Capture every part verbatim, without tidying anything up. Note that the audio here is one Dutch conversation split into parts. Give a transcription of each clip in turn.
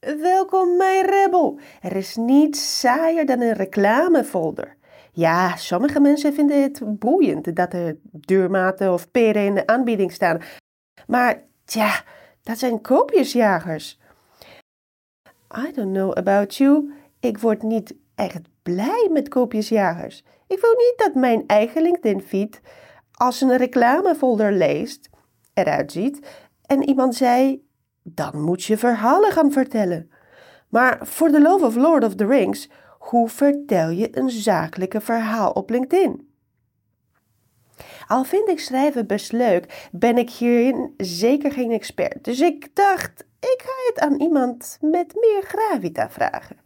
Welkom mijn rebel. Er is niets saaier dan een reclamefolder. Ja, sommige mensen vinden het boeiend dat er deurmaten of peren in de aanbieding staan. Maar tja, dat zijn koopjesjagers. I don't know about you. Ik word niet echt blij met koopjesjagers. Ik wil niet dat mijn eigen LinkedIn-feed als een reclamefolder leest, eruit ziet en iemand zei, dan moet je verhalen gaan vertellen. Maar for the love of Lord of the Rings, hoe vertel je een zakelijke verhaal op LinkedIn? Al vind ik schrijven best leuk, ben ik hierin zeker geen expert. Dus ik dacht, ik ga het aan iemand met meer gravita vragen.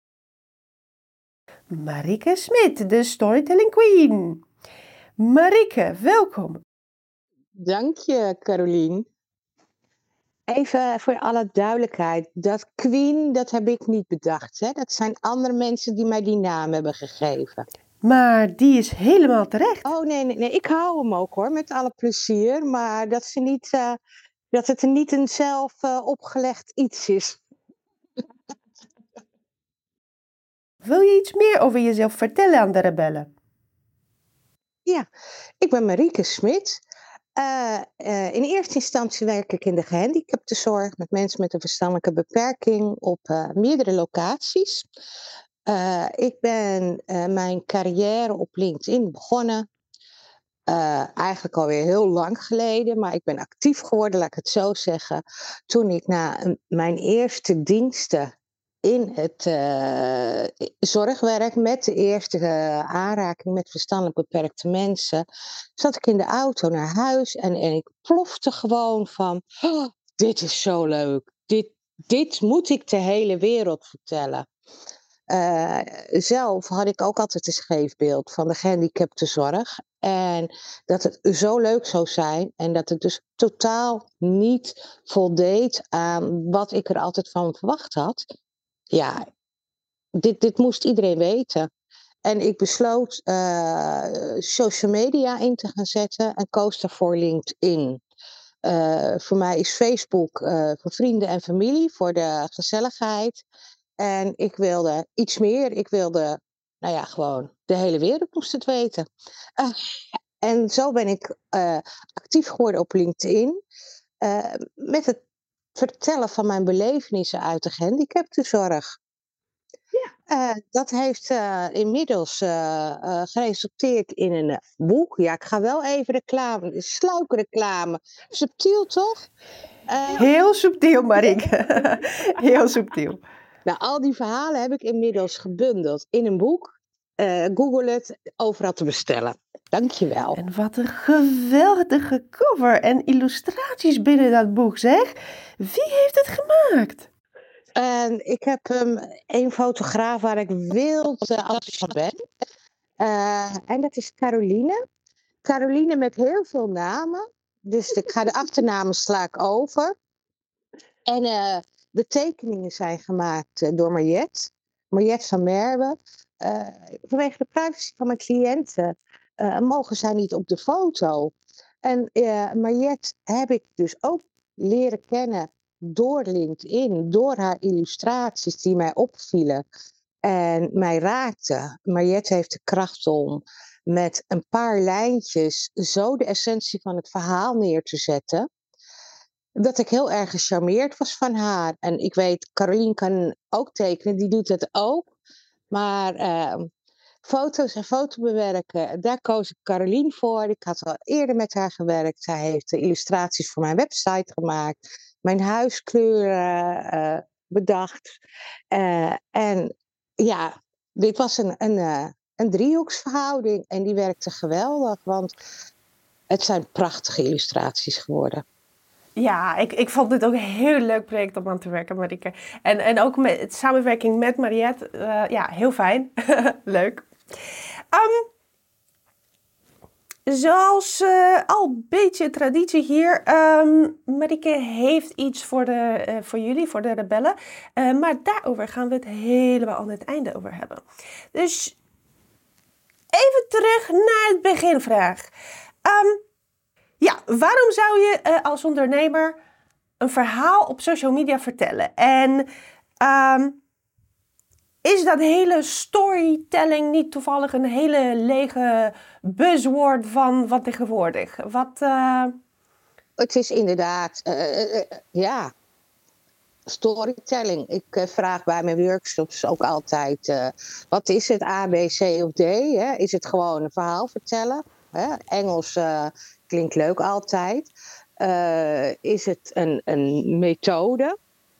Marieke Smit, de Storytelling Queen. Marieke, welkom. Dank je, Carolien. Even voor alle duidelijkheid, dat Queen, dat heb ik niet bedacht. Hè? Dat zijn andere mensen die mij die naam hebben gegeven. Maar die is helemaal terecht. Oh nee, nee, nee, ik hou hem ook hoor, met alle plezier. Maar dat, ze niet, uh, dat het niet een zelf uh, opgelegd iets is. Wil je iets meer over jezelf vertellen aan de rebellen? Ja, ik ben Marieke Smit. Uh, uh, in eerste instantie werk ik in de gehandicaptenzorg met mensen met een verstandelijke beperking op uh, meerdere locaties. Uh, ik ben uh, mijn carrière op LinkedIn begonnen. Uh, eigenlijk alweer heel lang geleden, maar ik ben actief geworden, laat ik het zo zeggen, toen ik na een, mijn eerste diensten in het uh, zorgwerk met de eerste uh, aanraking met verstandelijk beperkte mensen, zat ik in de auto naar huis en, en ik plofte gewoon van, oh, dit is zo leuk, dit, dit moet ik de hele wereld vertellen. Uh, zelf had ik ook altijd een scheef beeld van de gehandicaptenzorg. En dat het zo leuk zou zijn en dat het dus totaal niet voldeed aan wat ik er altijd van verwacht had. Ja, dit, dit moest iedereen weten. En ik besloot uh, social media in te gaan zetten en koos daarvoor LinkedIn. Uh, voor mij is Facebook uh, voor vrienden en familie, voor de gezelligheid. En ik wilde iets meer. Ik wilde, nou ja, gewoon de hele wereld moest het weten. Uh, en zo ben ik uh, actief geworden op LinkedIn. Uh, met het vertellen van mijn belevenissen uit de gehandicaptenzorg. Ja. Uh, dat heeft uh, inmiddels uh, uh, geresulteerd in een uh, boek. Ja, ik ga wel even reclame, sluikreclame. Subtiel toch? Uh, Heel subtiel, Marieke. Heel subtiel. Nou, al die verhalen heb ik inmiddels gebundeld in een boek. Uh, Google het, overal te bestellen. Dankjewel. En wat een geweldige cover en illustraties binnen dat boek, zeg. Wie heeft het gemaakt? En ik heb um, een fotograaf waar ik wild uh, enthousiast ben. Uh, en dat is Caroline. Caroline met heel veel namen. Dus ik ga de achternamen sla ik over. En uh, de tekeningen zijn gemaakt uh, door Mariette. Mariette van Merwe. Uh, vanwege de privacy van mijn cliënten uh, mogen zij niet op de foto. En uh, Mariette heb ik dus ook leren kennen door LinkedIn, door haar illustraties die mij opvielen en mij raakten. Mariette heeft de kracht om met een paar lijntjes zo de essentie van het verhaal neer te zetten, dat ik heel erg gecharmeerd was van haar. En ik weet, Caroline kan ook tekenen, die doet het ook. Maar uh, foto's en fotobewerken, daar koos ik Caroline voor. Ik had al eerder met haar gewerkt. Zij heeft de illustraties voor mijn website gemaakt. Mijn huiskleuren uh, bedacht. Uh, en ja, dit was een, een, uh, een driehoeksverhouding. En die werkte geweldig, want het zijn prachtige illustraties geworden. Ja, ik, ik vond dit ook een heel leuk project om aan te werken, Marieke. En, en ook met het samenwerking met Mariette. Uh, ja, heel fijn. Leuk. Um, zoals uh, al een beetje traditie hier. Um, Marieke heeft iets voor, de, uh, voor jullie, voor de rebellen. Uh, maar daarover gaan we het helemaal aan het einde over hebben. Dus even terug naar het beginvraag. Um, Ja, waarom zou je uh, als ondernemer een verhaal op social media vertellen? En Um, is dat hele storytelling niet toevallig een hele lege buzzword van, van tegenwoordig? Wat... Uh... Het is inderdaad, uh, uh, ja, storytelling. Ik uh, vraag bij mijn workshops ook altijd, uh, wat is het, A, B, C of D? Hè? Is het gewoon een verhaal vertellen? Hè? Engels uh, klinkt leuk altijd. Uh, is het een, een methode?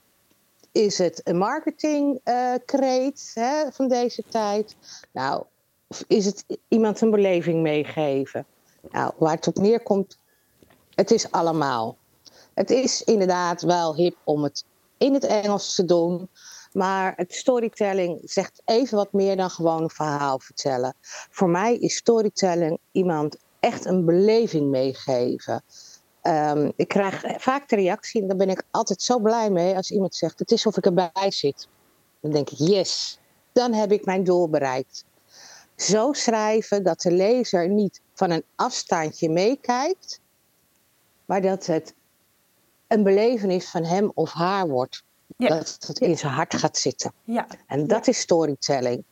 Is het een marketingkreet uh, van deze tijd? Nou, of is het iemand een beleving meegeven? Nou, waar het op neerkomt, het is allemaal. Het is inderdaad wel hip om het in het Engels te doen. Maar het storytelling zegt even wat meer dan gewoon een verhaal vertellen. Voor mij is storytelling iemand echt een beleving meegeven. Um, ik krijg vaak de reactie, en daar ben ik altijd zo blij mee, als iemand zegt, het is of ik erbij zit. Dan denk ik, yes, dan heb ik mijn doel bereikt. Zo schrijven dat de lezer niet van een afstandje meekijkt, maar dat het een belevenis van hem of haar wordt. Ja. Dat het in zijn hart gaat zitten. Ja. En dat ja. is storytelling.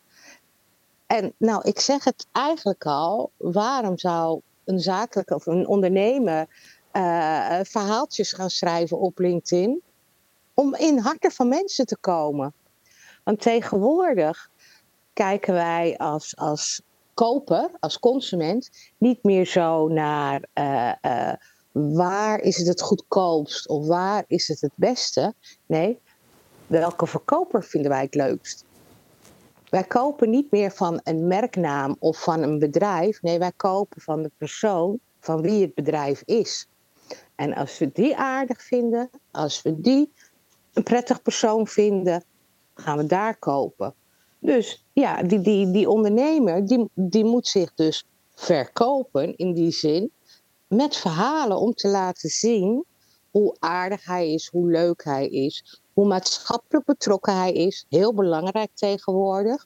En nou, ik zeg het eigenlijk al, waarom zou een zakelijke of een ondernemer uh, verhaaltjes gaan schrijven op LinkedIn? Om in harten van mensen te komen. Want tegenwoordig kijken wij als, als koper, als consument, niet meer zo naar uh, uh, waar is het het goedkoopst of waar is het het beste. Nee, welke verkoper vinden wij het leukst? Wij kopen niet meer van een merknaam of van een bedrijf. Nee, wij kopen van de persoon van wie het bedrijf is. En als we die aardig vinden, als we die een prettig persoon vinden, gaan we daar kopen. Dus ja, die, die, die ondernemer die, die moet zich dus verkopen in die zin. Met verhalen om te laten zien hoe aardig hij is, hoe leuk hij is. Hoe maatschappelijk betrokken hij is. Heel belangrijk tegenwoordig.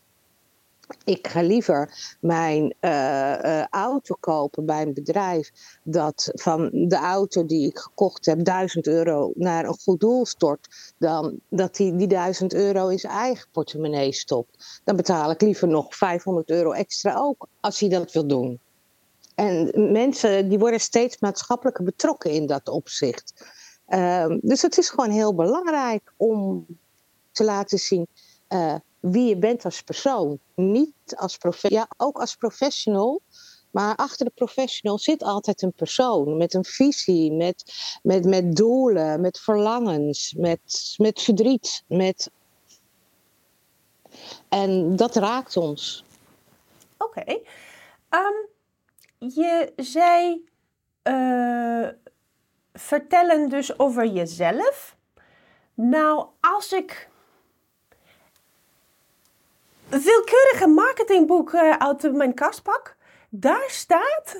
Ik ga liever mijn uh, uh, auto kopen bij een bedrijf dat van de auto die ik gekocht heb duizend euro naar een goed doel stort, dan dat hij die duizend euro in zijn eigen portemonnee stopt. Dan betaal ik liever nog vijfhonderd euro extra ook als hij dat wil doen. En mensen die worden steeds maatschappelijker betrokken in dat opzicht. Uh, dus het is gewoon heel belangrijk om te laten zien uh, wie je bent als persoon. Niet als professional, ja, ook als professional. Maar achter de professional zit altijd een persoon met een visie, met, met, met doelen, met verlangens, met, met verdriet. Met... En dat raakt ons. Oké. Okay. Um, je zei uh, vertellen dus over jezelf. Nou, als ik een willekeurige marketingboek uh, uit mijn kast pak, daar staat,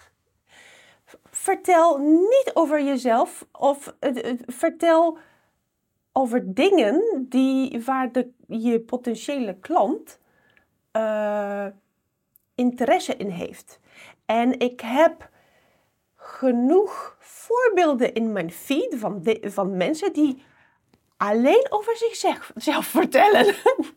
vertel niet over jezelf of uh, uh, vertel over dingen die, waar de, je potentiële klant uh, interesse in heeft. En ik heb genoeg voorbeelden in mijn feed van, de, van mensen die alleen over zichzelf zelf vertellen.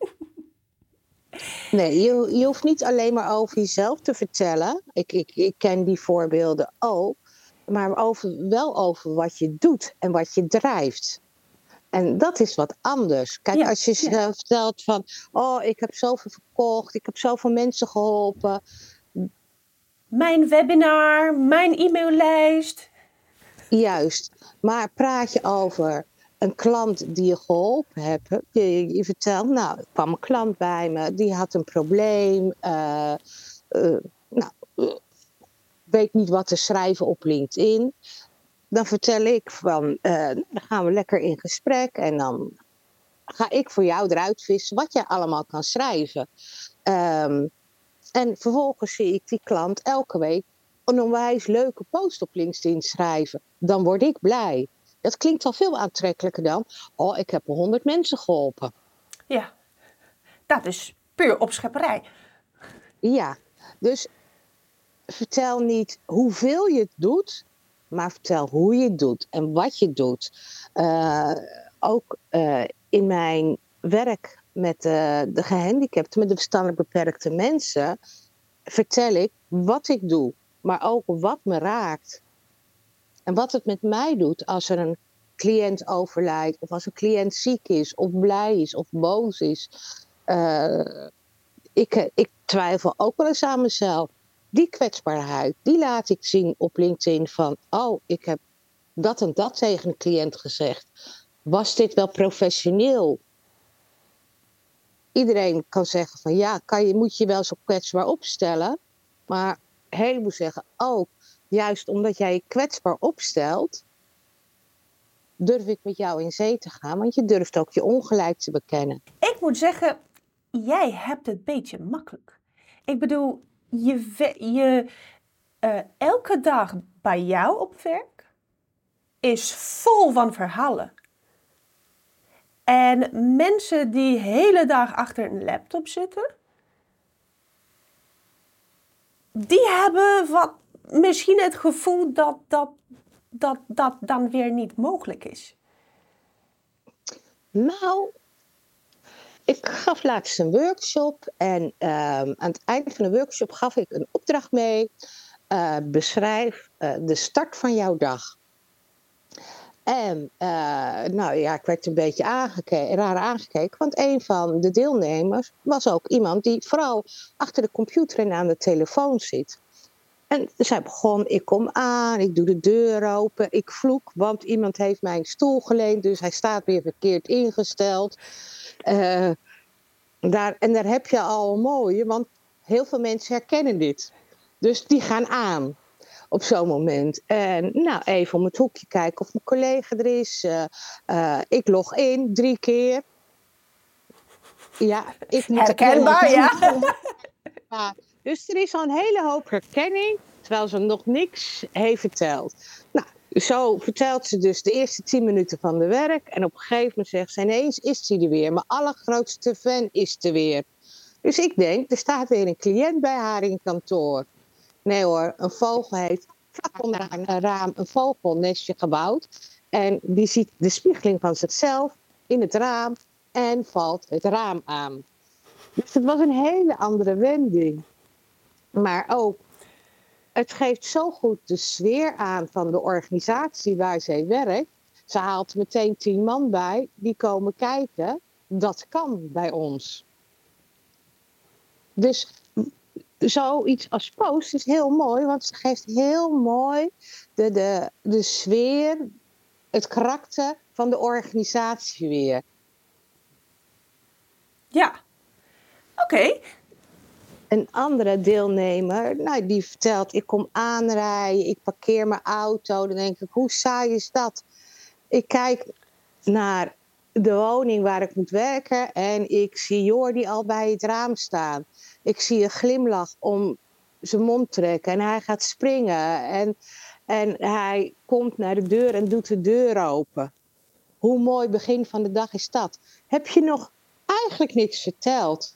Nee, je, je hoeft niet alleen maar over jezelf te vertellen. Ik, ik, ik ken die voorbeelden ook. Maar over, wel over wat je doet en wat je drijft. En dat is wat anders. Kijk, ja, als je ja. vertelt van, oh, ik heb zoveel verkocht, ik heb zoveel mensen geholpen. Mijn webinar, mijn e-maillijst. Juist, maar praat je over een klant die je geholpen hebt. Je, je vertelt, nou, er kwam een klant bij me, die had een probleem. Uh, uh, nou, uh, weet niet wat te schrijven op LinkedIn. Dan vertel ik van, uh, dan gaan we lekker in gesprek en dan ga ik voor jou eruit vissen wat je allemaal kan schrijven. Um, en vervolgens zie ik die klant elke week een onwijs leuke post op LinkedIn schrijven. Dan word ik blij. Dat klinkt al veel aantrekkelijker dan, oh, ik heb honderd mensen geholpen. Ja, dat is puur opschepperij. Ja, dus vertel niet hoeveel je het doet, maar vertel hoe je het doet en wat je doet. Uh, ook uh, in mijn werk met uh, de gehandicapten, met de verstandelijk beperkte mensen, vertel ik wat ik doe, maar ook wat me raakt. En wat het met mij doet als er een cliënt overlijdt, of als een cliënt ziek is, of blij is, of boos is. Uh, ik, ik twijfel ook wel eens aan mezelf. Die kwetsbaarheid, die laat ik zien op LinkedIn van, oh, ik heb dat en dat tegen een cliënt gezegd. Was dit wel professioneel? Iedereen kan zeggen van, ja, kan je, moet je wel zo kwetsbaar opstellen. Maar een heleboel zeggen ook, juist omdat jij je kwetsbaar opstelt, durf ik met jou in zee te gaan, want je durft ook je ongelijk te bekennen. Ik moet zeggen, jij hebt het een beetje makkelijk. Ik bedoel, je, je uh, elke dag bij jou op werk is vol van verhalen. En mensen die de hele dag achter een laptop zitten, die hebben wat, misschien het gevoel dat dat, dat dat dan weer niet mogelijk is. Nou, ik gaf laatst een workshop en uh, aan het einde van de workshop gaf ik een opdracht mee. Uh, beschrijf uh, de start van jouw dag. En uh, nou ja, ik werd een beetje aangeke- raar aangekeken, want een van de deelnemers was ook iemand die vooral achter de computer en aan de telefoon zit. En zij begon, ik kom aan, ik doe de deur open, ik vloek, want iemand heeft mij een stoel geleend, dus hij staat weer verkeerd ingesteld. Uh, daar, en daar heb je al een mooie, want heel veel mensen herkennen dit. Dus die gaan aan op zo'n moment. En nou, even om het hoekje kijken of mijn collega er is. Uh, uh, ik log in drie keer. Ja, ik moet herkenbaar, ja. ja. Dus er is al een hele hoop herkenning, terwijl ze nog niks heeft verteld. Nou, zo vertelt ze dus de eerste tien minuten van de werk. En op een gegeven moment zegt ze, ineens is hij er weer. Mijn allergrootste fan is er weer. Dus ik denk, er staat weer een cliënt bij haar in kantoor. Nee hoor, een vogel heeft vlak onder haar raam een vogelnestje gebouwd. En die ziet de spiegeling van zichzelf in het raam en valt het raam aan. Dus het was een hele andere wending. Maar ook, het geeft zo goed de sfeer aan van de organisatie waar zij werkt. Ze haalt meteen tien man bij, die komen kijken. Dat kan bij ons. Dus zoiets als post is heel mooi, want het geeft heel mooi de, de, de sfeer, het karakter van de organisatie weer. Ja, oké. Okay. Een andere deelnemer, nou, die vertelt, ik kom aanrijden, ik parkeer mijn auto. Dan denk ik, hoe saai is dat? Ik kijk naar de woning waar ik moet werken en ik zie Jordi al bij het raam staan. Ik zie een glimlach om zijn mond trekken en hij gaat springen. En, en hij komt naar de deur en doet de deur open. Hoe mooi begin van de dag is dat? Heb je nog eigenlijk niks verteld?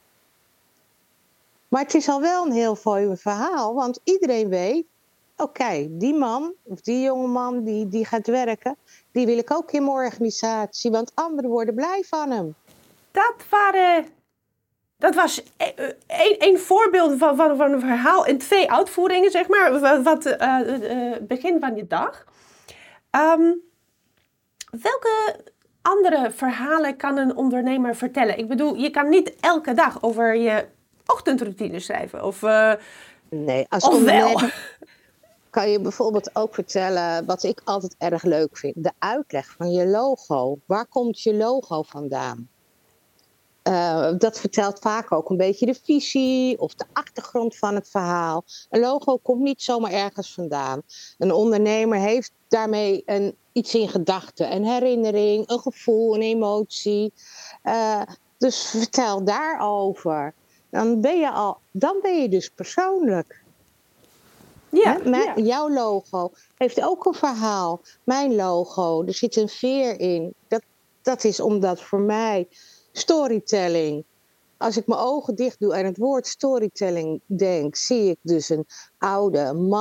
Maar het is al wel een heel mooi verhaal, want iedereen weet, oké, okay, die man of die jongeman die, die gaat werken, die wil ik ook in mijn organisatie, want anderen worden blij van hem. Dat waren, dat was één voorbeeld van, van, van een verhaal in twee uitvoeringen, zeg maar, wat uh, uh, begin van je dag. Um, welke andere verhalen kan een ondernemer vertellen? Ik bedoel, je kan niet elke dag over je ochtendroutine schrijven. Of, uh, nee, als of wel. Kan je bijvoorbeeld ook vertellen wat ik altijd erg leuk vind. De uitleg van je logo. Waar komt je logo vandaan? Uh, dat vertelt vaak ook een beetje de visie of de achtergrond van het verhaal. Een logo komt niet zomaar ergens vandaan. Een ondernemer heeft daarmee een, iets in gedachten. Een herinnering, een gevoel, een emotie. Uh, dus vertel daarover. Dan ben je, al, dan ben je dus persoonlijk. Ja, He, mijn, ja. Jouw logo heeft ook een verhaal. Mijn logo, er zit een veer in. Dat, dat is omdat voor mij storytelling. Als ik mijn ogen dicht doe en het woord storytelling denk, zie ik dus een oude man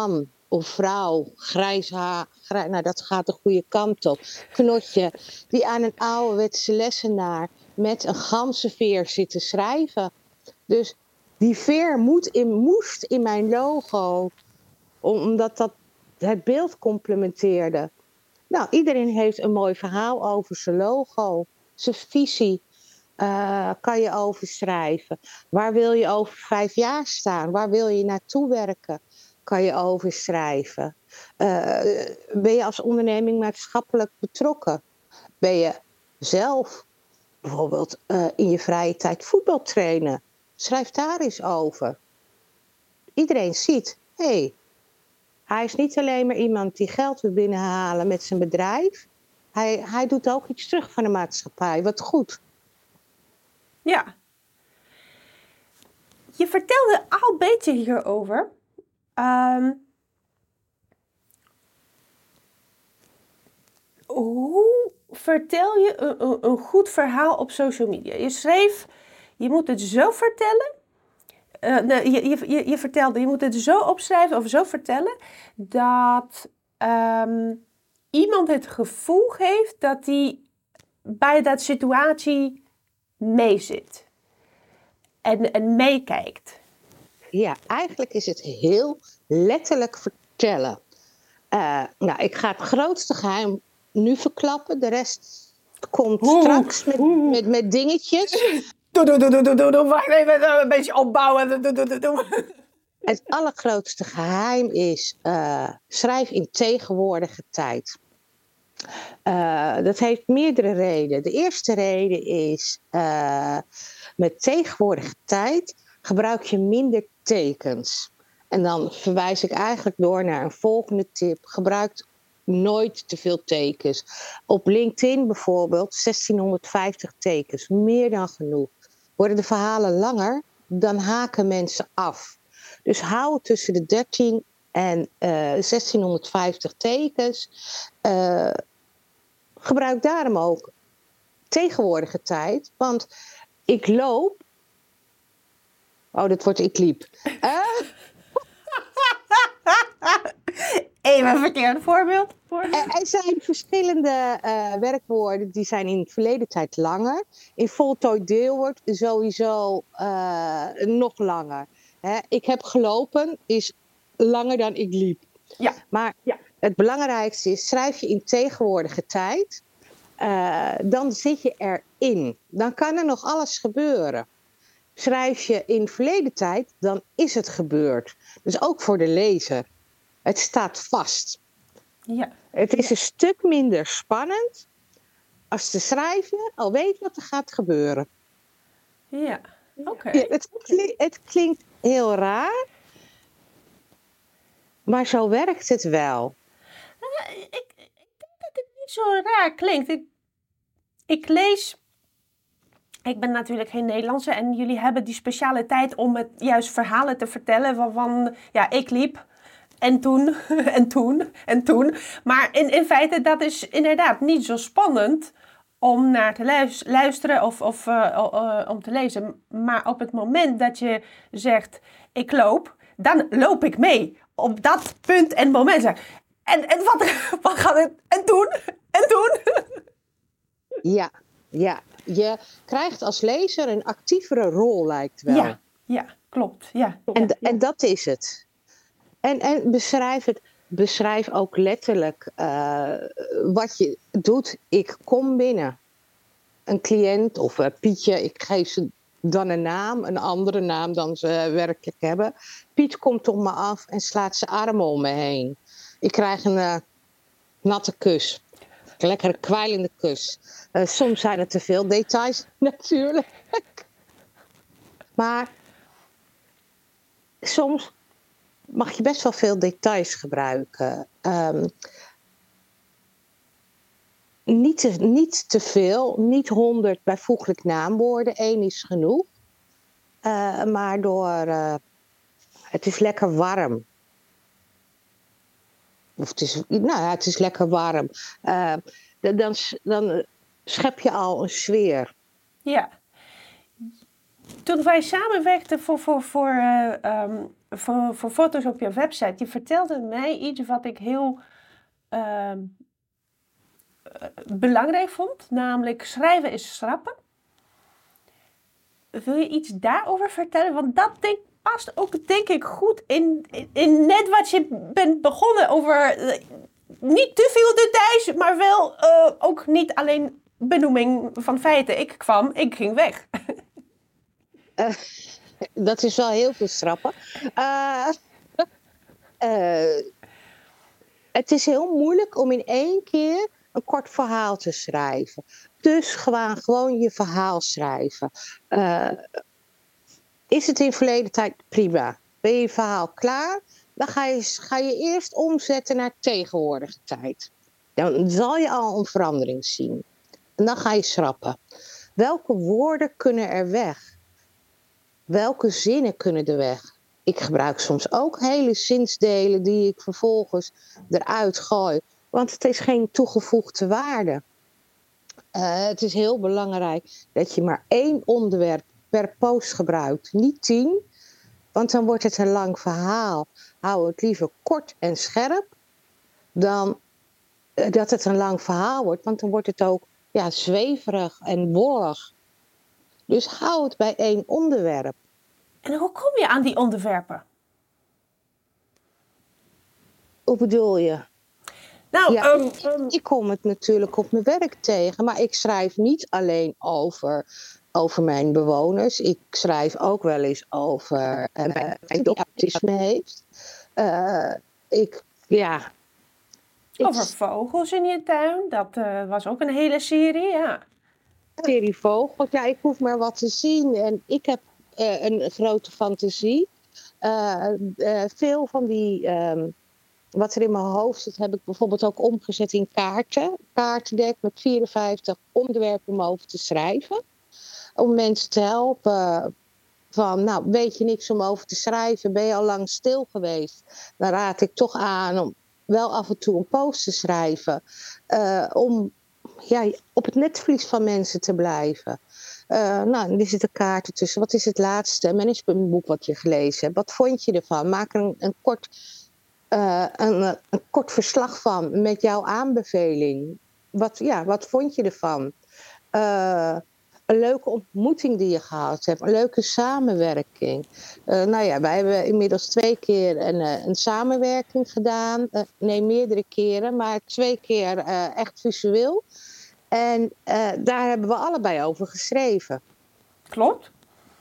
of vrouw, grijs haar, grij- nou dat gaat de goede kant op, knotje, die aan een ouderwetse lessenaar met een ganzenveer zit te schrijven. Dus die veer moet in, moest in mijn logo, omdat dat het beeld complementeerde. Nou, iedereen heeft een mooi verhaal over zijn logo, zijn visie. Uh, kan je over schrijven. Waar wil je over vijf jaar staan? Waar wil je naartoe werken? Kan je over schrijven. Uh, ben je als onderneming maatschappelijk betrokken? Ben je zelf bijvoorbeeld uh, in je vrije tijd voetbal trainen? Schrijf daar eens over. Iedereen ziet, hé, hey, hij is niet alleen maar iemand die geld wil binnenhalen met zijn bedrijf. Hij, hij doet ook iets terug van de maatschappij. Wat goed. Ja. Je vertelde al een beetje hierover. Um, hoe vertel je een, een, een goed verhaal op social media? Je schreef, je moet het zo vertellen. Uh, nee, je, je, je vertelde, je moet het zo opschrijven of zo vertellen dat um, iemand het gevoel heeft dat hij bij dat situatie meezit en, en meekijkt. Ja, eigenlijk is het heel letterlijk vertellen. Uh, nou, ik ga het grootste geheim nu verklappen. De rest komt oeh, straks met, met, met dingetjes. Doe, doe, doe, doe, doe, doe, doe. Wacht even, een beetje opbouwen. Doe, doe, doe, doe. Het allergrootste geheim is, uh, schrijf in tegenwoordige tijd. Uh, dat heeft meerdere redenen. De eerste reden is, uh, met tegenwoordige tijd gebruik je minder tekens. En dan verwijs ik eigenlijk door naar een volgende tip. Gebruik nooit te veel tekens. Op LinkedIn bijvoorbeeld zestienhonderdvijftig tekens, meer dan genoeg. Worden de verhalen langer, dan haken mensen af. Dus hou tussen de dertien en uh, zestienhonderdvijftig tekens. Uh, gebruik daarom ook tegenwoordige tijd. Want ik loop... Oh, dat wordt ik liep. Uh... Even een verkeerd voorbeeld. Er, er zijn verschillende uh, werkwoorden die zijn in het verleden tijd langer. In voltooid deelwoord sowieso uh, nog langer. Hè, ik heb gelopen is langer dan ik liep. Ja. Maar ja. Het belangrijkste is, schrijf je in tegenwoordige tijd, uh, dan zit je erin. Dan kan er nog alles gebeuren. Schrijf je in verleden tijd, dan is het gebeurd. Dus ook voor de lezer. Het staat vast. Ja. Het is een stuk minder spannend als te schrijven al weet wat er gaat gebeuren. Ja, oké. Okay. Ja, het, klink, het klinkt heel raar, maar zo werkt het wel. Uh, ik, ik denk dat het niet zo raar klinkt. Ik, ik lees... Ik ben natuurlijk geen Nederlandse en jullie hebben die speciale tijd om het juist verhalen te vertellen van, van ja, ik liep en toen en toen en toen. Maar in, in feite, dat is inderdaad niet zo spannend om naar te luisteren of, of uh, uh, om te lezen. Maar op het moment dat je zegt, ik loop, dan loop ik mee. Op dat punt en moment. En, en wat, wat gaat het? En toen? En toen? Ja, ja. Je krijgt als lezer een actievere rol, lijkt wel. Ja, ja, klopt. Ja, en, ja. en dat is het. En, en beschrijf het. Beschrijf ook letterlijk uh, wat je doet. Ik kom binnen. Een cliënt of uh, Pietje, ik geef ze dan een naam, een andere naam dan ze werkelijk hebben. Piet komt op me af en slaat zijn armen om me heen. Ik krijg een uh, natte kus. Een lekkere kwijlende kus. Uh, soms zijn er te veel details, natuurlijk. Maar soms mag je best wel veel details gebruiken. Um, niet, te, niet te veel, niet honderd bijvoeglijk naamwoorden. Eén is genoeg. Uh, maar door... Uh, het is lekker warm. Of het is, nou ja, het is lekker warm. Uh, dan, dan schep je al een sfeer. Ja. Toen wij samenwerkten voor, voor, voor uh, um, voor, voor foto's op je website. Je vertelde mij iets wat ik heel uh, belangrijk vond. Namelijk schrijven is schrappen. Wil je iets daarover vertellen? Want dat denk, past ook denk ik goed in, in, in net wat je bent begonnen over... Uh, niet te veel details, maar wel uh, ook niet alleen benoeming van feiten. Ik kwam, ik ging weg. Uh, dat is wel heel veel schrappen. Uh, uh, het is heel moeilijk om in één keer een kort verhaal te schrijven. Dus gewoon, gewoon je verhaal schrijven. Uh, is het in verleden tijd? Prima. Ben je verhaal klaar? Dan ga je, ga je eerst omzetten naar tegenwoordige tijd. Dan zal je al een verandering zien. En dan ga je schrappen. Welke woorden kunnen er weg? Welke zinnen kunnen er weg? Ik gebruik soms ook hele zinsdelen die ik vervolgens eruit gooi. Want het is geen toegevoegde waarde. Uh, het is heel belangrijk dat je maar één onderwerp per post gebruikt. Niet tien, want dan wordt het een lang verhaal. Hou het liever kort en scherp dan uh, dat het een lang verhaal wordt. Want dan wordt het ook ja, zweverig en wollig. Dus hou het bij één onderwerp. En hoe kom je aan die onderwerpen? Hoe bedoel je? Nou, ja, um, ik, um, ik kom het natuurlijk op mijn werk tegen, maar ik schrijf niet alleen over, over mijn bewoners. Ik schrijf ook wel eens over uh, mijn die autisme heeft. Uh, ik, ja. Over ik... vogels in je tuin, dat uh, was ook een hele serie, ja. Serie vogels, ja, ik hoef maar wat te zien en ik heb uh, een grote fantasie. Uh, uh, veel van die... Um, Wat er in mijn hoofd zit, heb ik bijvoorbeeld ook omgezet in kaarten. Kaartendek met vierenvijftig onderwerpen om over te schrijven. Om mensen te helpen van, nou, weet je niks om over te schrijven? Ben je al lang stil geweest? Dan raad ik toch aan om wel af en toe een post te schrijven. Uh, om ja, op het netvlies van mensen te blijven. Uh, nou, er zitten kaarten tussen. Wat is het laatste managementboek wat je gelezen hebt? Wat vond je ervan? Maak er een, een kort... Uh, een, een kort verslag van met jouw aanbeveling. Wat, ja, wat vond je ervan? Uh, een leuke ontmoeting die je gehad hebt. Een leuke samenwerking. Uh, nou ja, wij hebben inmiddels twee keer een, een samenwerking gedaan. Uh, nee, meerdere keren, maar twee keer uh, echt visueel. En uh, daar hebben we allebei over geschreven. Klopt.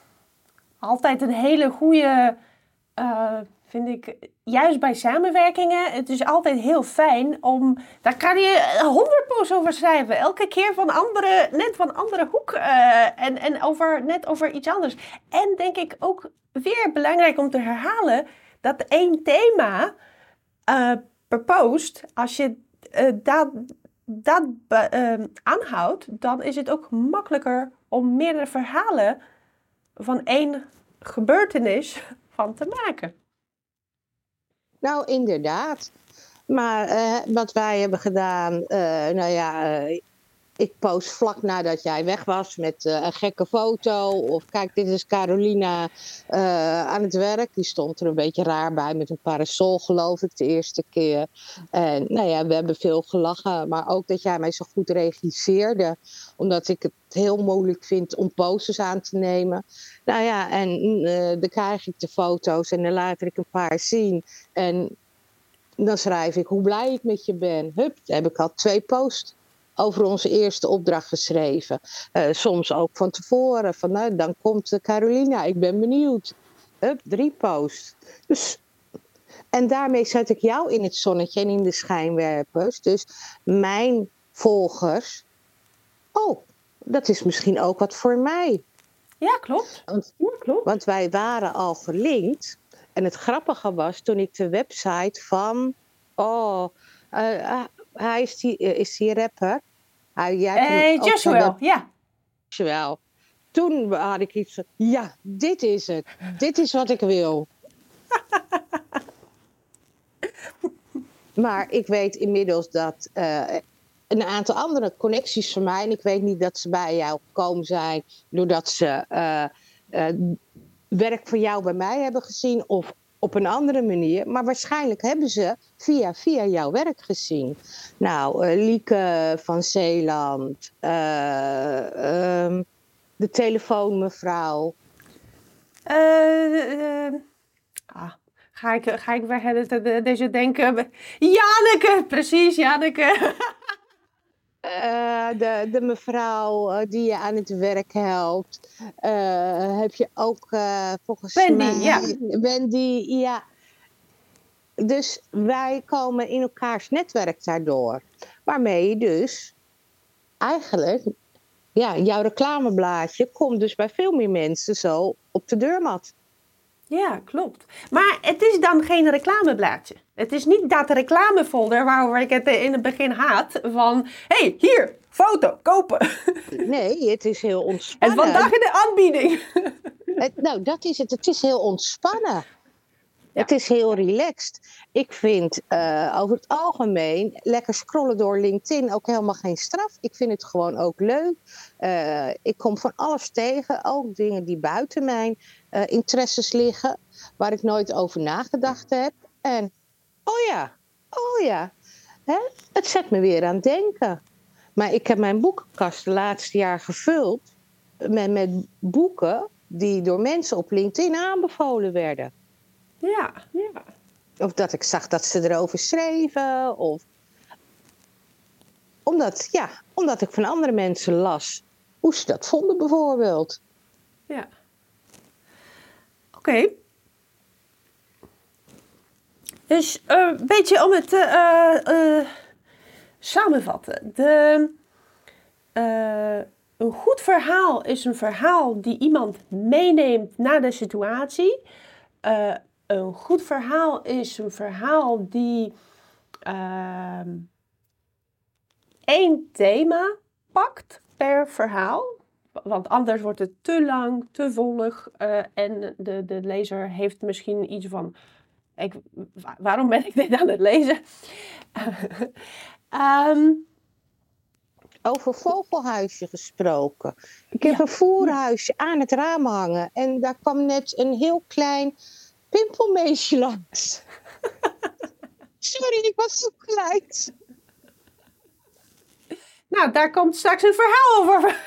Altijd een hele goede... Uh... vind ik, juist bij samenwerkingen, het is altijd heel fijn om, daar kan je honderd posts over schrijven. Elke keer van andere, net van andere hoek uh, en, en over, net over iets anders. En denk ik ook weer belangrijk om te herhalen, dat één thema uh, per post, als je uh, dat, dat uh, aanhoudt, dan is het ook makkelijker om meerdere verhalen van één gebeurtenis van te maken. Nou, inderdaad. Maar uh, wat wij hebben gedaan, uh, nou ja, uh, ik post vlak nadat jij weg was met uh, een gekke foto. Of kijk, dit is Carolina uh, aan het werk. Die stond er een beetje raar bij met een parasol, geloof ik, de eerste keer. En nou ja, we hebben veel gelachen. Maar ook dat jij mij zo goed regisseerde. Omdat ik het heel moeilijk vind om posters aan te nemen. Nou ja, en uh, dan krijg ik de foto's en dan laat ik een paar zien. En dan schrijf ik hoe blij ik met je ben. Hup, dan heb ik al twee posts over onze eerste opdracht geschreven. Uh, soms ook van tevoren. Van, nou, dan komt Carolina, ik ben benieuwd. Hup, drie posts. Dus, en daarmee zet ik jou in het zonnetje en in de schijnwerpers. Dus mijn volgers... Oh, dat is misschien ook wat voor mij. Ja, klopt. Want, ja, klopt. Want wij waren al gelinkt. En het grappige was, toen ik de website van... Oh, uh, uh, hij is die, uh, is die rapper. Hij, jij uh, Joshua, ja. Joshua. Toen had ik iets van, ja, dit is het. Dit is wat ik wil. Maar ik weet inmiddels dat uh, een aantal andere connecties van mij... en ik weet niet dat ze bij jou gekomen zijn... doordat ze uh, uh, werk van jou bij mij hebben gezien... of op een andere manier. Maar waarschijnlijk hebben ze via, via jouw werk gezien. Nou, uh, Lieke van Zeeland. Uh, um, de telefoonmevrouw. Uh, uh, ah, ga, ik, ga ik weer de, deze denken. Janneke, precies, Janneke. Uh, de, de mevrouw uh, die je aan het werk helpt. Uh, heb je ook uh, volgens Wendy, mij... ja. Wendy, ja. Dus wij komen in elkaars netwerk daardoor. Waarmee je dus eigenlijk... Ja, jouw reclameblaadje komt dus bij veel meer mensen zo op de deurmat. Ja, klopt. Maar het is dan geen reclameblaadje. Het is niet dat reclamefolder waarover ik het in het begin haat. Van, hé, hey, hier, foto, kopen. Nee, het is heel ontspannen. En vandaag in de aanbieding. Het, nou, dat is het. Het is heel ontspannen. Ja. Het is heel relaxed. Ik vind uh, over het algemeen lekker scrollen door LinkedIn ook helemaal geen straf. Ik vind het gewoon ook leuk. Uh, ik kom van alles tegen. Ook dingen die buiten mijn uh, interesses liggen. Waar ik nooit over nagedacht heb. En oh ja, oh ja. Hè? Het zet me weer aan het denken. Maar ik heb mijn boekenkast de laatste jaar gevuld. Met, met boeken die door mensen op LinkedIn aanbevolen werden. Ja, ja. Of dat ik zag dat ze erover schreven. Of omdat, ja, omdat ik van andere mensen las hoe ze dat vonden bijvoorbeeld. Ja. Oké. Okay. Dus een uh, beetje om het te uh, uh, samenvatten. De, uh, een goed verhaal is een verhaal die iemand meeneemt naar de situatie. Uh, Een goed verhaal is een verhaal die uh, één thema pakt per verhaal. Want anders wordt het te lang, te volg. Uh, en de, de lezer heeft misschien iets van... Ik, waarom ben ik dit aan het lezen? um, Over vogelhuisje gesproken. Ik heb ja. een voerhuisje aan het raam hangen. En daar kwam net een heel klein... pimpelmeesje langs. Sorry, ik was zo kwijt. Nou, daar komt straks een verhaal over.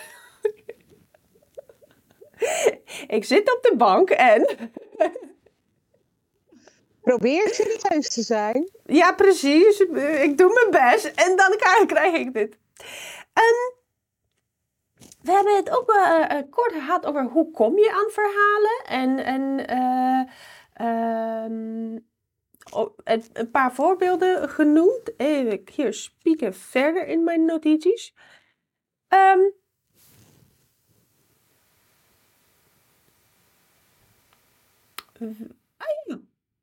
Ik zit op de bank en... Probeer serieus te zijn. Ja, precies. Ik doe mijn best en dan krijg ik dit. Um, we hebben het ook uh, kort gehad over hoe kom je aan verhalen. En... en uh, Um, een paar voorbeelden genoemd. Even hier spieken verder in mijn notities. Um, ah ja.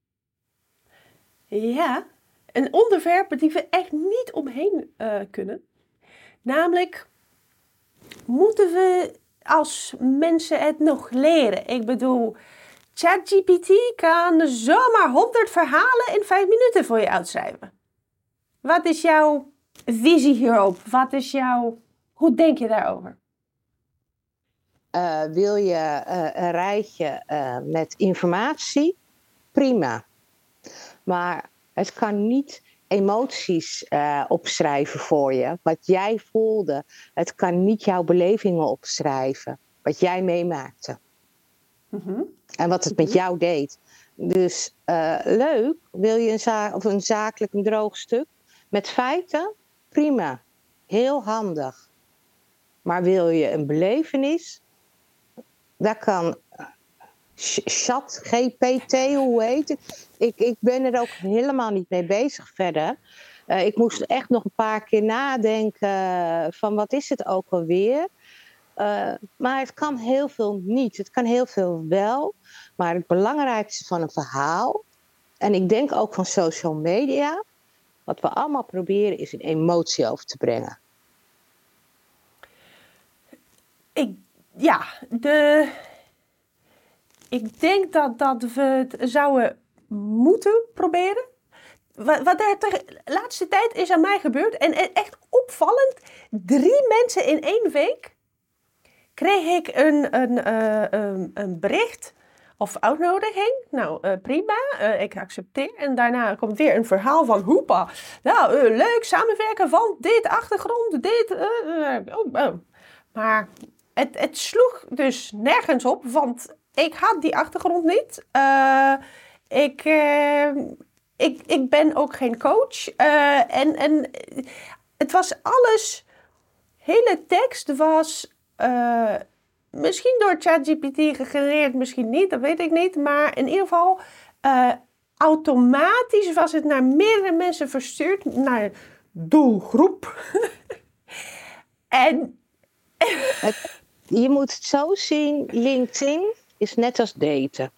Ja, een onderwerp die we echt niet omheen uh, kunnen. Namelijk, moeten we als mensen het nog leren? Ik bedoel... ChatGPT kan zomaar honderd verhalen in vijf minuten voor je uitschrijven. Wat is jouw visie hierop? Wat is jouw... Hoe denk je daarover? Uh, wil je uh, een rijtje uh, met informatie? Prima. Maar het kan niet emoties uh, opschrijven voor je. Wat jij voelde. Het kan niet jouw belevingen opschrijven. Wat jij meemaakte. Mm-hmm. En wat het met jou deed. Dus uh, leuk, wil je een, za- of een zakelijk een droog stuk met feiten? Prima, heel handig. Maar wil je een belevenis? Daar kan Chat, G P T, hoe heet het? Ik, ik ben er ook helemaal niet mee bezig verder. Uh, ik moest echt nog een paar keer nadenken van wat is het ook alweer? Uh, maar het kan heel veel niet. Het kan heel veel wel. Maar het belangrijkste van een verhaal... en ik denk ook van social media... wat we allemaal proberen is een emotie over te brengen. Ik, ja, de, ik denk dat, dat we het zouden moeten proberen. Wat, wat er de laatste tijd is aan mij gebeurd... en echt opvallend... drie mensen in één week... kreeg ik een, een, uh, een, een bericht of uitnodiging. Nou, uh, prima, uh, ik accepteer. En daarna komt weer een verhaal van hoepa. Nou, uh, leuk samenwerken van dit, achtergrond, dit. Uh, uh, oh, oh. Maar het, het sloeg dus nergens op, want ik had die achtergrond niet. Uh, ik, uh, ik, ik ben ook geen coach. Uh, en, en het was alles, hele tekst was... Uh, Misschien door ChatGPT gegenereerd, misschien niet, dat weet ik niet. Maar in ieder geval, uh, automatisch was het naar meerdere mensen verstuurd, naar doelgroep. en... het, je moet het zo zien, LinkedIn is net als daten.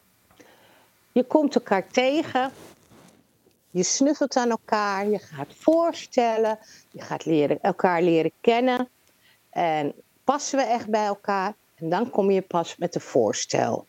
Je komt elkaar tegen, je snuffelt aan elkaar, je gaat voorstellen, je gaat leren, elkaar leren kennen. En passen we echt bij elkaar? En dan kom je pas met een voorstel.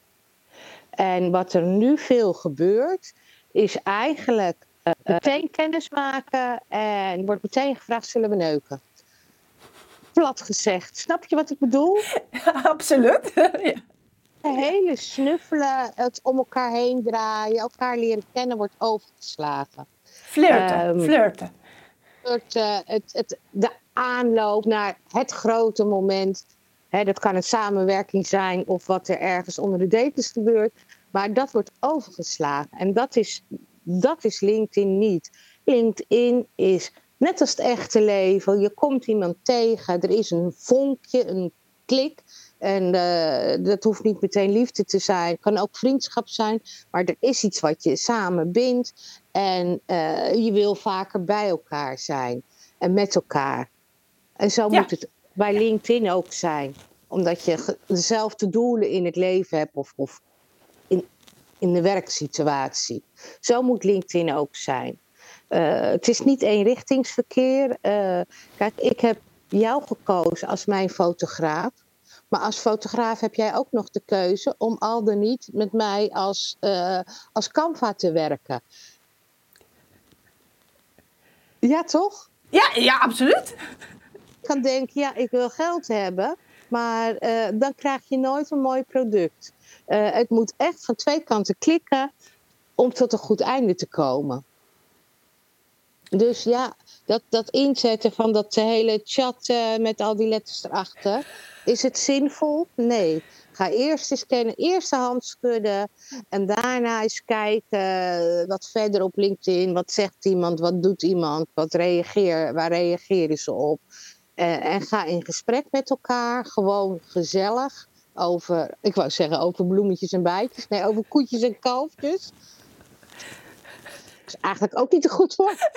En wat er nu veel gebeurt, is eigenlijk uh, meteen kennis maken en wordt meteen gevraagd, zullen we neuken? Plat gezegd. Snap je wat ik bedoel? Ja, absoluut. Ja. Het hele snuffelen, het om elkaar heen draaien, elkaar leren kennen wordt overgeslagen. Flirten, um, flirten. flirten het, het, de aanloop naar het grote moment. Hè, dat kan een samenwerking zijn of wat er ergens onder de dekens gebeurt. Maar dat wordt overgeslagen. En dat is, dat is LinkedIn niet. LinkedIn is net als het echte leven. Je komt iemand tegen. Er is een vonkje, een klik. En uh, dat hoeft niet meteen liefde te zijn. Het kan ook vriendschap zijn. Maar er is iets wat je samen bindt. En uh, je wil vaker bij elkaar zijn. En met elkaar. En zo ja. moet het bij LinkedIn ook zijn. Omdat je dezelfde doelen in het leven hebt. Of, of in, in de werksituatie. Zo moet LinkedIn ook zijn. Uh, het is niet eenrichtingsverkeer. Uh, kijk, ik heb jou gekozen als mijn fotograaf. Maar als fotograaf heb jij ook nog de keuze om al dan niet met mij als, uh, als Canva te werken. Ja, toch? Ja, ja, absoluut. Ik kan denken, ja, ik wil geld hebben, maar uh, dan krijg je nooit een mooi product. Uh, het moet echt van twee kanten klikken om tot een goed einde te komen. Dus ja, dat, dat inzetten van dat hele chat uh, met al die letters erachter, is het zinvol? Nee. Ga eerst eens kennen, eerst de hand schudden en daarna eens kijken uh, wat verder op LinkedIn. Wat zegt iemand, wat doet iemand, wat reageer, waar reageren ze op? Uh, en ga in gesprek met elkaar, gewoon gezellig, over, ik wou zeggen over bloemetjes en bijtjes, nee, over koetjes en kalfjes. Dat is eigenlijk ook niet een goed woord.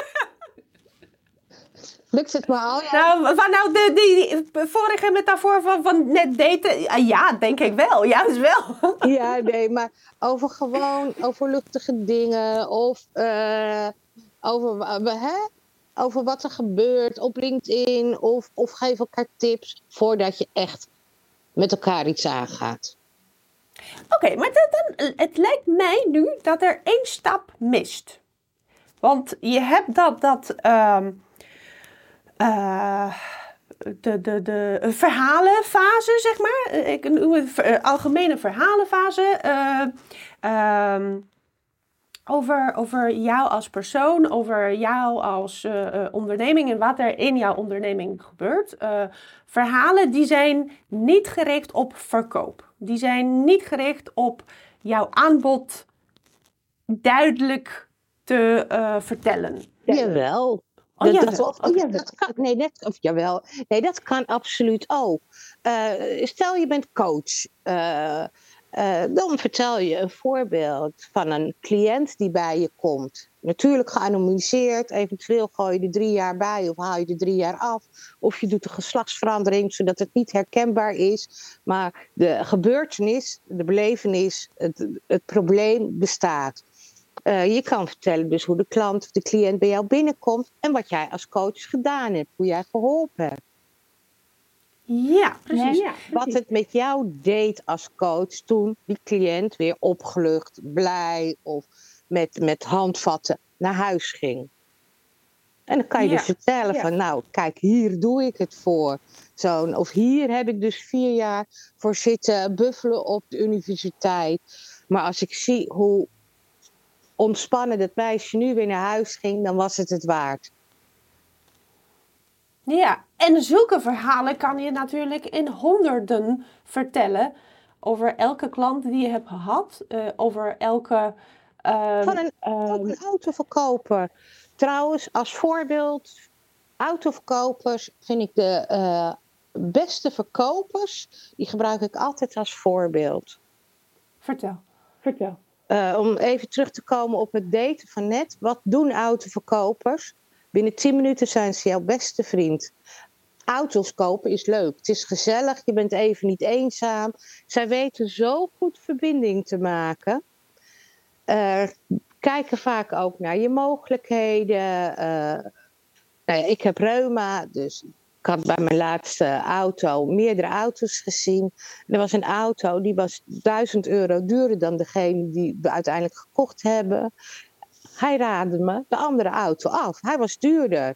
Lukt het maar al? Ja. Nou, van nou de, die, die vorige metafoor van, van net daten, ja, denk ik wel. Ja, dus wel. Ja, nee, maar over gewoon, over luchtige dingen of uh, over, hè? over wat er gebeurt op LinkedIn of, of geef elkaar tips voordat je echt met elkaar iets aangaat. Oké, okay, maar dat, dan, het lijkt mij nu dat er één stap mist. Want je hebt dat, dat um, uh, de, de, de verhalenfase, zeg maar. Ik noem het uh, algemene verhalenfase. Uh, um, over, over jou als persoon, over jou als uh, uh, onderneming en wat er in jouw onderneming gebeurt. Uh, verhalen die zijn niet gericht op verkoop. Die zijn niet gericht op jouw aanbod duidelijk te uh, vertellen. Jawel. Oh, dat, jawel. Dat, okay. ja, dat kan, nee, dat, of, jawel. Nee, dat kan absoluut ook. Uh, stel je bent coach. Uh, uh, dan vertel je een voorbeeld van een cliënt die bij je komt. Natuurlijk geanonimiseerd. Eventueel gooi je er drie jaar bij of haal je er drie jaar af. Of je doet een geslachtsverandering zodat het niet herkenbaar is. Maar de gebeurtenis, de belevenis, het, het probleem bestaat. Uh, je kan vertellen dus hoe de klant of de cliënt bij jou binnenkomt en wat jij als coach gedaan hebt, hoe jij geholpen hebt. Ja, precies. Ja, precies. Wat het met jou deed als coach toen die cliënt weer opgelucht, blij of met, met handvatten naar huis ging. En dan kan je Ja. dus vertellen Ja. van, nou, kijk, hier doe ik het voor. Zo'n, of hier heb ik dus vier jaar voor zitten buffelen op de universiteit. Maar als ik zie hoe ontspannen dat meisje nu weer naar huis ging, dan was het het waard. Ja, en zulke verhalen kan je natuurlijk in honderden vertellen over elke klant die je hebt gehad, uh, over elke... Uh, Van een, uh, ook een autoverkoper. Trouwens, als voorbeeld, autoverkopers vind ik de uh, beste verkopers, die gebruik ik altijd als voorbeeld. Vertel, vertel. Uh, om even terug te komen op het daten van net. Wat doen autoverkopers? Binnen tien minuten zijn ze jouw beste vriend. Auto's kopen is leuk. Het is gezellig. Je bent even niet eenzaam. Zij weten zo goed verbinding te maken. Uh, kijken vaak ook naar je mogelijkheden. Uh, nou ja, ik heb reuma, dus ik had bij mijn laatste auto meerdere auto's gezien. Er was een auto die was duizend euro duurder dan degene die we uiteindelijk gekocht hebben. Hij raadde me de andere auto af. Hij was duurder.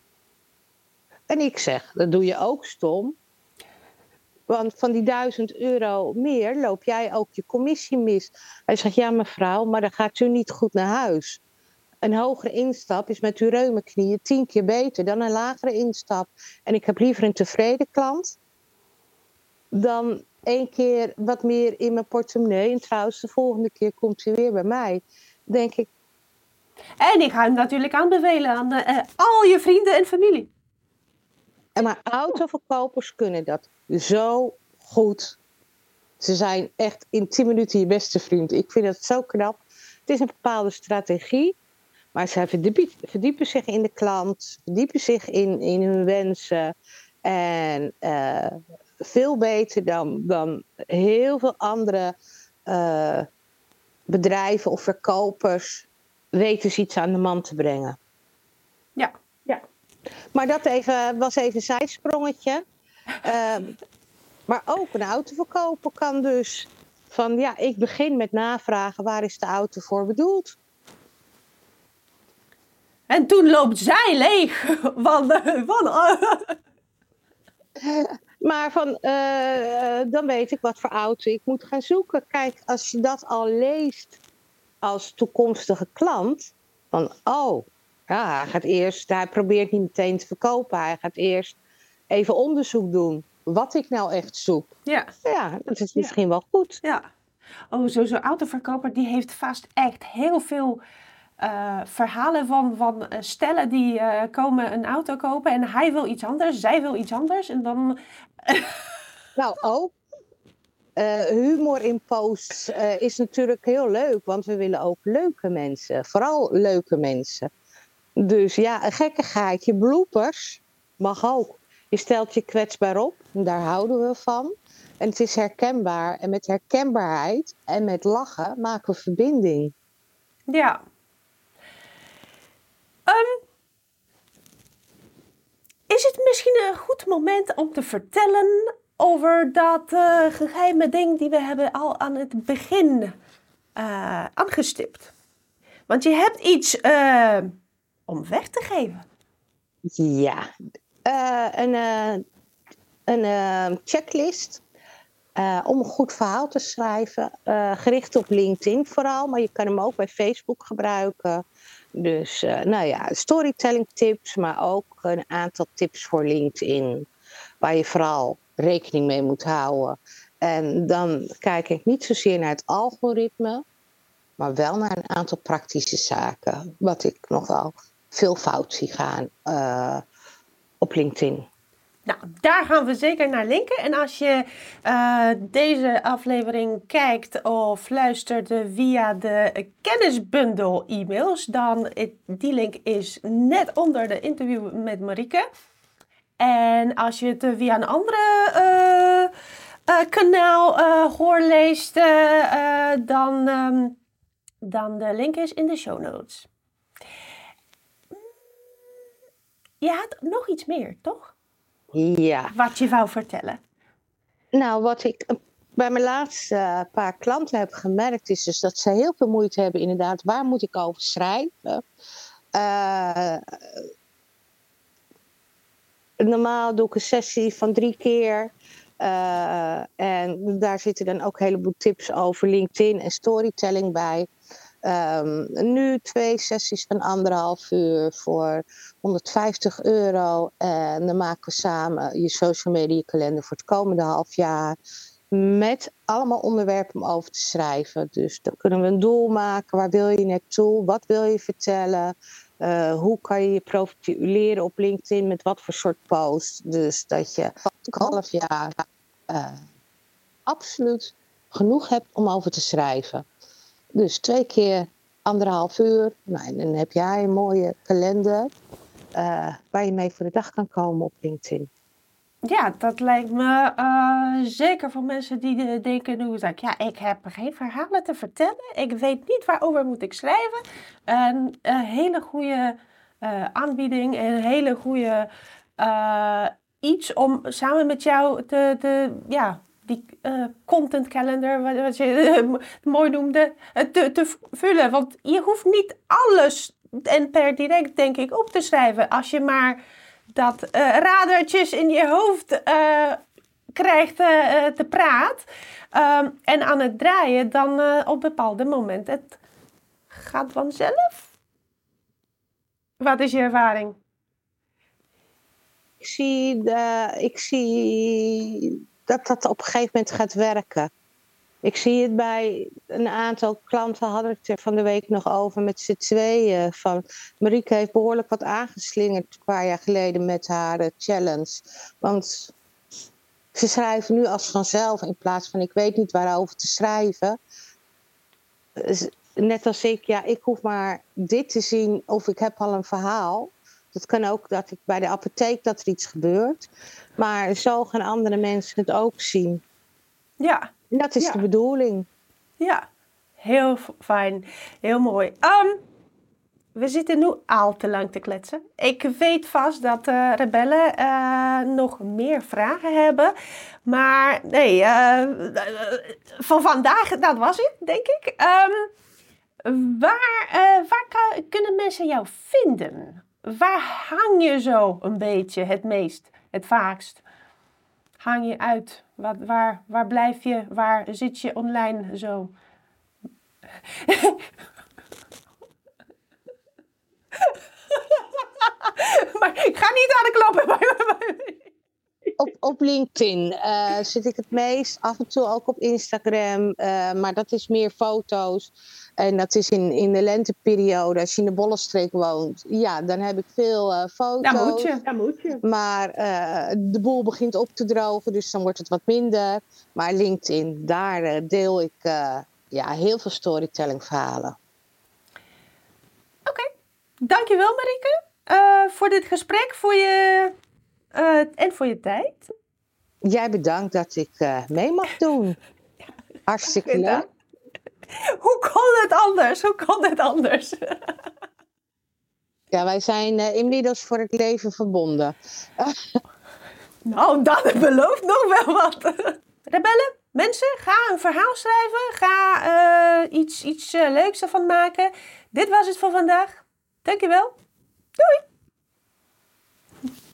En ik zeg, dat doe je ook stom. Want van die duizend euro meer loop jij ook je commissie mis. Hij zegt, ja mevrouw, maar dan gaat u niet goed naar huis. Een hogere instap is met uw reumeknieën tien keer beter dan een lagere instap. En ik heb liever een tevreden klant dan één keer wat meer in mijn portemonnee. En trouwens, de volgende keer komt u weer bij mij. Denk ik. En ik ga hem natuurlijk aanbevelen aan uh, al je vrienden en familie. En maar autoverkopers kunnen dat zo goed. Ze zijn echt in tien minuten je beste vriend. Ik vind dat zo knap. Het is een bepaalde strategie. Maar zij verdiepen, verdiepen zich in de klant, verdiepen zich in, in hun wensen. En uh, veel beter dan, dan heel veel andere uh, bedrijven of verkopers weten ze iets aan de man te brengen. Ja, ja. Maar dat even, was even een zijsprongetje. Uh, maar ook een autoverkoper kan dus van, ja, ik begin met navragen, waar is de auto voor bedoeld? En toen loopt zij leeg. Van, van, maar van, uh, dan weet ik wat voor auto ik moet gaan zoeken. Kijk, als je dat al leest als toekomstige klant. Van, oh, ja, hij gaat eerst, hij probeert niet meteen te verkopen. Hij gaat eerst even onderzoek doen. Wat ik nou echt zoek. Ja, ja dat is misschien ja. wel goed. Ja. Oh, zo'n zo autoverkoper die heeft vast echt heel veel... Uh, verhalen van, van uh, stellen die uh, komen een auto kopen en hij wil iets anders, zij wil iets anders en dan... Nou, ook. Uh, humor in posts uh, is natuurlijk heel leuk, want we willen ook leuke mensen. Vooral leuke mensen. Dus ja, een gekkigheidje, bloopers mag ook. Je stelt je kwetsbaar op, en daar houden we van. En het is herkenbaar. En met herkenbaarheid en met lachen maken we verbinding. Ja. Um, is het misschien een goed moment om te vertellen over dat uh, geheime ding die we hebben al aan het begin uh, aangestipt? Want je hebt iets uh, om weg te geven. Ja, uh, een, uh, een uh, checklist uh, om een goed verhaal te schrijven. Uh, gericht op LinkedIn vooral, maar je kan hem ook bij Facebook gebruiken. Dus, uh, nou ja, storytelling tips, maar ook een aantal tips voor LinkedIn. Waar je vooral rekening mee moet houden. En dan kijk ik niet zozeer naar het algoritme, maar wel naar een aantal praktische zaken. Wat ik nog wel veel fout zie gaan uh, op LinkedIn. Nou, daar gaan we zeker naar linken. En als je uh, deze aflevering kijkt of luistert via de kennisbundel e-mails, dan it, die link is net onder de interview met Marieke. En als je het via een andere uh, uh, kanaal uh, hoorleest, uh, uh, dan, um, dan de link is in de show notes. Je had nog iets meer, toch? Ja. Wat je wou vertellen. Nou, wat ik bij mijn laatste uh, paar klanten heb gemerkt is dus dat ze heel veel moeite hebben inderdaad. Waar moet ik over schrijven? Uh, normaal doe ik een sessie van drie keer. Uh, en daar zitten dan ook een heleboel tips over LinkedIn en storytelling bij. Um, nu twee sessies van anderhalf uur voor honderdvijftig euro. En dan maken we samen je social media kalender voor het komende half jaar. Met allemaal onderwerpen om over te schrijven. Dus dan kunnen we een doel maken. Waar wil je naartoe? Wat wil je vertellen? Uh, hoe kan je je profileren op LinkedIn? Met wat voor soort post? Dus dat je het half jaar uh, absoluut genoeg hebt om over te schrijven. Dus twee keer anderhalf uur. Nou, en dan heb jij een mooie kalender uh, waar je mee voor de dag kan komen op LinkedIn. Ja, dat lijkt me uh, zeker voor mensen die uh, denken, hoe zeg ik, ja, ik heb geen verhalen te vertellen. Ik weet niet waarover moet ik schrijven. Een uh, hele goede uh, aanbieding en een hele goede uh, iets om samen met jou te, te ja, die uh, content calendar, wat, wat je uh, mooi noemde, uh, te, te vullen. Want je hoeft niet alles en per direct, denk ik, op te schrijven. Als je maar dat uh, radertjes in je hoofd uh, krijgt uh, te praat um, en aan het draaien, dan uh, op bepaalde momenten het gaat vanzelf. Wat is je ervaring? Ik zie, de, ik zie dat dat op een gegeven moment gaat werken. Ik zie het bij een aantal klanten, had ik het er van de week nog over met z'n tweeën. Van, Marieke heeft behoorlijk wat aangeslingerd een paar jaar geleden met haar uh, challenge. Want ze schrijven nu als vanzelf in plaats van ik weet niet waarover te schrijven. Net als ik, ja, ik hoef maar dit te zien of ik heb al een verhaal. Dat kan ook dat ik bij de apotheek dat er iets gebeurt. Maar zo gaan andere mensen het ook zien. Ja. En dat is ja. de bedoeling. Ja, heel fijn. Heel mooi. Um, we zitten nu al te lang te kletsen. Ik weet vast dat uh, rebellen uh, nog meer vragen hebben. Maar nee, uh, van vandaag, dat was het, denk ik. Um, waar uh, waar kan, kunnen mensen jou vinden? Waar hang je zo een beetje het meest, het vaakst? Hang je uit? Wat, waar, waar blijf je? Waar zit je online zo? Maar ik ga niet aan de klappen. Op, op LinkedIn uh, zit ik het meest. Af en toe ook op Instagram. Uh, maar dat is meer foto's. En dat is in, in de lenteperiode. Als je in de Bollenstreek woont. Ja, dan heb ik veel uh, foto's. Daar moet je. Daar moet je. Maar uh, de boel begint op te drogen. Dus dan wordt het wat minder. Maar LinkedIn, daar uh, deel ik uh, ja, heel veel storytelling verhalen. Oké. Okay. Dankjewel Marieke. Uh, voor dit gesprek. Voor je... Uh, en voor je tijd. Jij bedankt dat ik uh, mee mag doen. Ja, hartstikke leuk. Hoe kon het anders? Hoe kon het anders? Ja, wij zijn uh, inmiddels voor het leven verbonden. Nou, dat belooft nog wel wat. Rebellen, mensen, ga een verhaal schrijven. Ga uh, iets, iets uh, leuks ervan maken. Dit was het voor vandaag. Dankjewel. Doei!